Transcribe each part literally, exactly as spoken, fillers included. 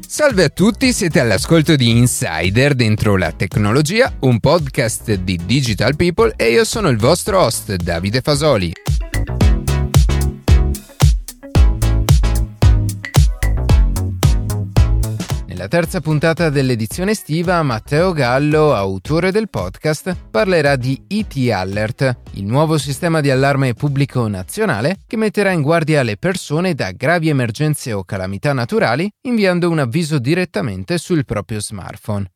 Salve a tutti, siete all'ascolto di Insider dentro la tecnologia, un podcast di Digital People e io sono il vostro host Davide Fasoli. Nella terza puntata dell'edizione estiva, Matteo Gallo, autore del podcast, parlerà di I T Alert, il nuovo sistema di allarme pubblico nazionale che metterà in guardia le persone da gravi emergenze o calamità naturali inviando un avviso direttamente sul proprio smartphone.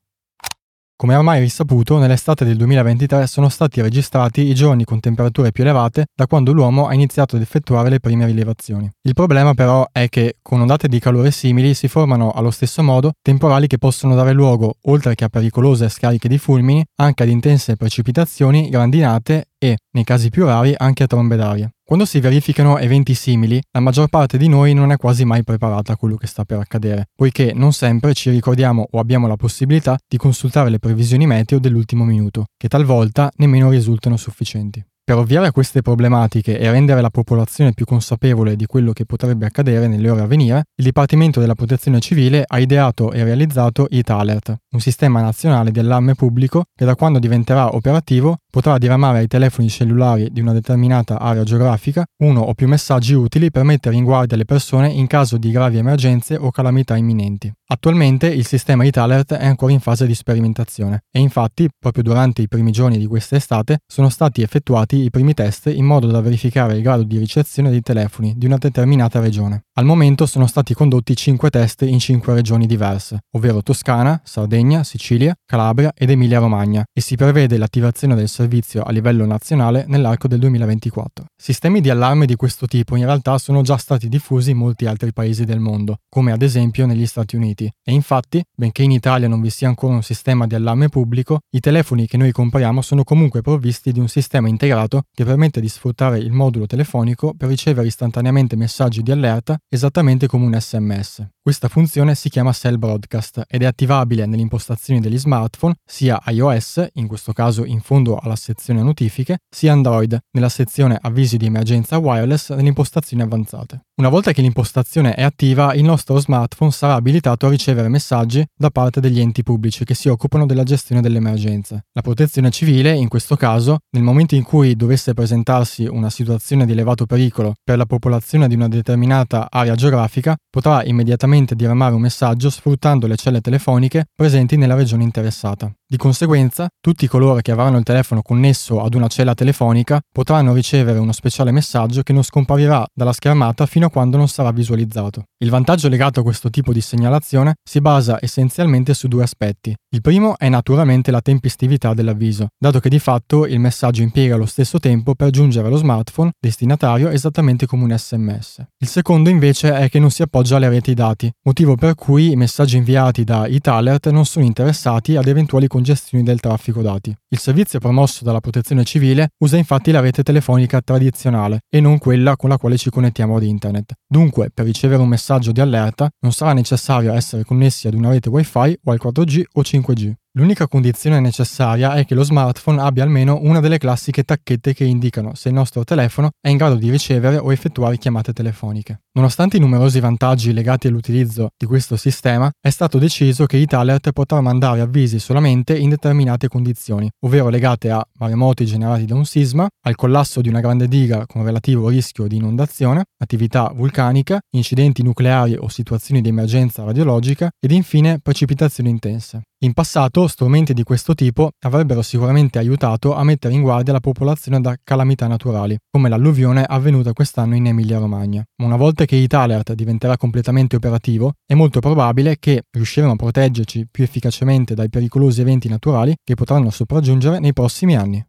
Come ormai risaputo, nell'estate del duemilaventitré sono stati registrati i giorni con temperature più elevate da quando l'uomo ha iniziato ad effettuare le prime rilevazioni. Il problema però è che con ondate di calore simili si formano allo stesso modo temporali che possono dare luogo, oltre che a pericolose scariche di fulmini, anche ad intense precipitazioni, grandinate e, nei casi più rari, anche a trombe d'aria. Quando si verificano eventi simili, la maggior parte di noi non è quasi mai preparata a quello che sta per accadere, poiché non sempre ci ricordiamo o abbiamo la possibilità di consultare le previsioni meteo dell'ultimo minuto, che talvolta nemmeno risultano sufficienti. Per ovviare a queste problematiche e rendere la popolazione più consapevole di quello che potrebbe accadere nelle ore a venire, il Dipartimento della Protezione Civile ha ideato e realizzato I T Alert, un sistema nazionale di allarme pubblico che da quando diventerà operativo potrà diramare ai telefoni cellulari di una determinata area geografica uno o più messaggi utili per mettere in guardia le persone in caso di gravi emergenze o calamità imminenti. Attualmente il sistema I T Alert è ancora in fase di sperimentazione e infatti, proprio durante i primi giorni di quest'estate, sono stati effettuati i primi test in modo da verificare il grado di ricezione dei telefoni di una determinata regione. Al momento sono stati condotti cinque test in cinque regioni diverse, ovvero Toscana, Sardegna, Sicilia, Calabria ed Emilia-Romagna, e si prevede l'attivazione del servizio a livello nazionale nell'arco del duemilaventiquattro. Sistemi di allarme di questo tipo in realtà sono già stati diffusi in molti altri paesi del mondo, come ad esempio negli Stati Uniti. E infatti, benché in Italia non vi sia ancora un sistema di allarme pubblico, i telefoni che noi compriamo sono comunque provvisti di un sistema integrato che permette di sfruttare il modulo telefonico per ricevere istantaneamente messaggi di allerta esattamente come un S M S. Questa funzione si chiama Cell Broadcast ed è attivabile nelle impostazioni degli smartphone, sia iOS, in questo caso in fondo alla sezione notifiche, sia Android, nella sezione avvisi di emergenza wireless nelle impostazioni avanzate. Una volta che l'impostazione è attiva, il nostro smartphone sarà abilitato a ricevere messaggi da parte degli enti pubblici che si occupano della gestione delle emergenze. La protezione civile, in questo caso, nel momento in cui dovesse presentarsi una situazione di elevato pericolo per la popolazione di una determinata area geografica, potrà immediatamente diramare un messaggio sfruttando le celle telefoniche presenti nella regione interessata. Di conseguenza, tutti coloro che avranno il telefono connesso ad una cella telefonica potranno ricevere uno speciale messaggio che non scomparirà dalla schermata fino a quando non sarà visualizzato. Il vantaggio legato a questo tipo di segnalazione si basa essenzialmente su due aspetti. Il primo è naturalmente la tempestività dell'avviso, dato che di fatto il messaggio impiega lo stesso tempo per giungere allo smartphone destinatario esattamente come un S M S. Il secondo invece è che non si appoggia alle reti dati, motivo per cui i messaggi inviati da I T Alert non sono interessati ad eventuali congestioni del traffico dati. Il servizio promosso dalla Protezione Civile usa infatti la rete telefonica tradizionale e non quella con la quale ci connettiamo ad internet. Dunque, per ricevere un messaggio di allerta non sarà necessario essere connessi ad una rete Wi-Fi o al quattro G o cinque G. L'unica condizione necessaria è che lo smartphone abbia almeno una delle classiche tacchette che indicano se il nostro telefono è in grado di ricevere o effettuare chiamate telefoniche. Nonostante i numerosi vantaggi legati all'utilizzo di questo sistema, è stato deciso che I T Alert potrà mandare avvisi solamente in determinate condizioni, ovvero legate a maremoti generati da un sisma, al collasso di una grande diga con relativo rischio di inondazione, attività vulcanica, incidenti nucleari o situazioni di emergenza radiologica ed infine precipitazioni intense. In passato, strumenti di questo tipo avrebbero sicuramente aiutato a mettere in guardia la popolazione da calamità naturali, come l'alluvione avvenuta quest'anno in Emilia-Romagna. Ma una volta che I T Alert diventerà completamente operativo, è molto probabile che riusciremo a proteggerci più efficacemente dai pericolosi eventi naturali che potranno sopraggiungere nei prossimi anni.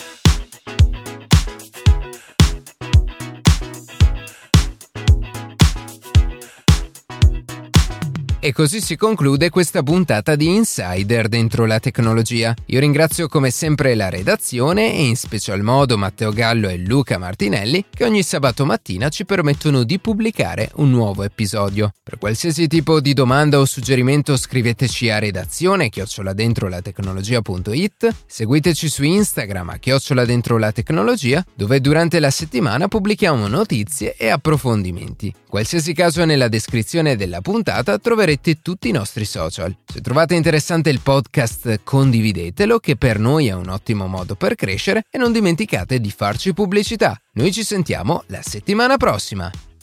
E così si conclude questa puntata di Insider dentro la tecnologia. Io ringrazio come sempre la redazione e in special modo Matteo Gallo e Luca Martinelli che ogni sabato mattina ci permettono di pubblicare un nuovo episodio. Per qualsiasi tipo di domanda o suggerimento scriveteci a redazione chiocciola dentro la tecnologia punto it, seguiteci su Instagram a chiocciola dentro la tecnologia, dove durante la settimana pubblichiamo notizie e approfondimenti. Qualsiasi caso nella descrizione della puntata troverete troverete tutti i nostri social. Se trovate interessante il podcast, condividetelo, che per noi è un ottimo modo per crescere, e non dimenticate di farci pubblicità. Noi ci sentiamo la settimana prossima.